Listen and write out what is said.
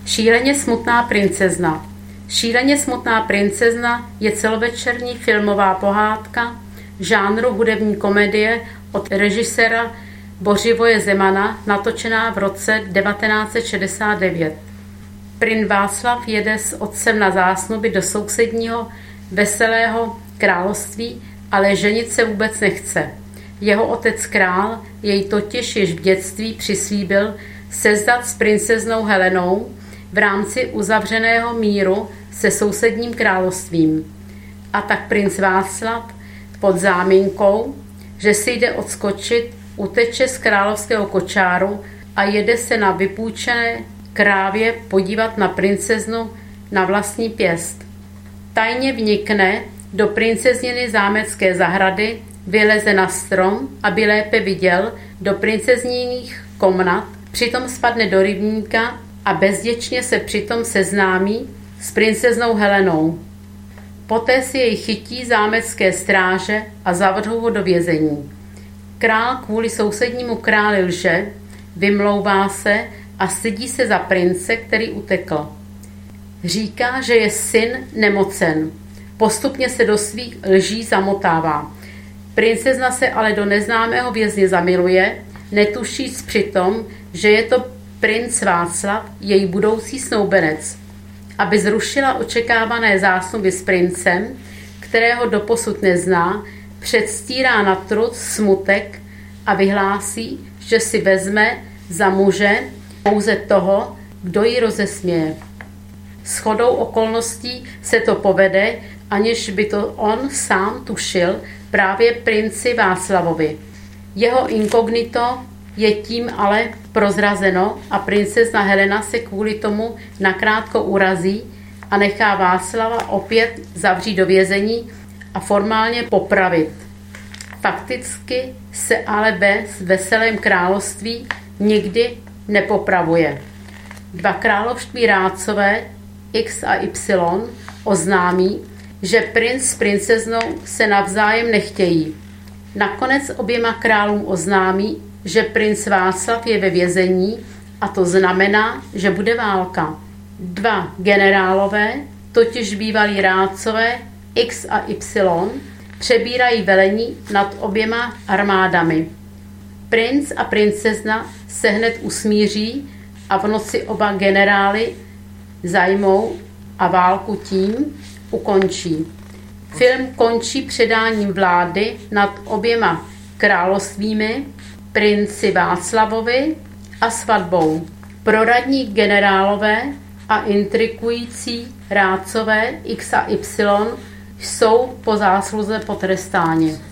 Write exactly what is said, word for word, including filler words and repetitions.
Šíleně smutná princezna. Šíleně smutná princezna je celovečerní filmová pohádka žánru hudební komedie od režiséra Bořivoje Zemana, natočená v roce devatenáct set šedesát devět. Princ Václav jede s otcem na zásnuby do sousedního veselého království, ale ženit se vůbec nechce. Jeho otec král jej totiž již v dětství přislíbil sezdat s princeznou Helenou v rámci uzavřeného míru se sousedním královstvím. A tak princ Václav pod záminkou, že si jde odskočit, uteče z královského kočáru a jede se na vypůjčené krávě podívat na princeznu na vlastní pěst. Tajně vnikne do princezněny zámecké zahrady, vyleze na strom, aby lépe viděl do princezních komnat, přitom spadne do rybníka a bezděčně se přitom seznámí s princeznou Helenou. Poté si jej chytí zámecké stráže a zavřou ho do vězení. Král kvůli sousednímu králi lže, vymlouvá se a stydí se za prince, který utekl. Říká, že je syn nemocen. Postupně se do svých lží zamotává. Princezna se ale do neznámého vězně zamiluje, netušíc přitom, že je to princ Václav, její budoucí snoubenec. Aby zrušila očekávané zásnuby s princem, kterého doposud nezná, předstírá na trud smutek a vyhlásí, že si vezme za muže pouze toho, kdo ji rozesměje. Shodou okolností se to povede, aniž by to on sám tušil, právě princi Václavovi. Jeho inkognito je tím ale prozrazeno a princezna Helena se kvůli tomu nakrátko urazí a nechá Václava opět zavřít do vězení a formálně popravit. Fakticky se ale ve veselém království nikdy nepopravuje. Dva královští rádcové X a Y oznámí, že princ s princeznou se navzájem nechtějí. Nakonec oběma králům oznámí, že princ Václav je ve vězení a to znamená, že bude válka. Dva generálové, totiž bývalí rádcové X a Y, přebírají velení nad oběma armádami. Princ a princezna se hned usmíří a v noci oba generály zajmou a válku tím ukončí. Film končí předáním vlády nad oběma královstvími, princi Václavovi a svatbou. Proradní generálové a intrikující rádcové X a Y jsou po zásluze potrestáni.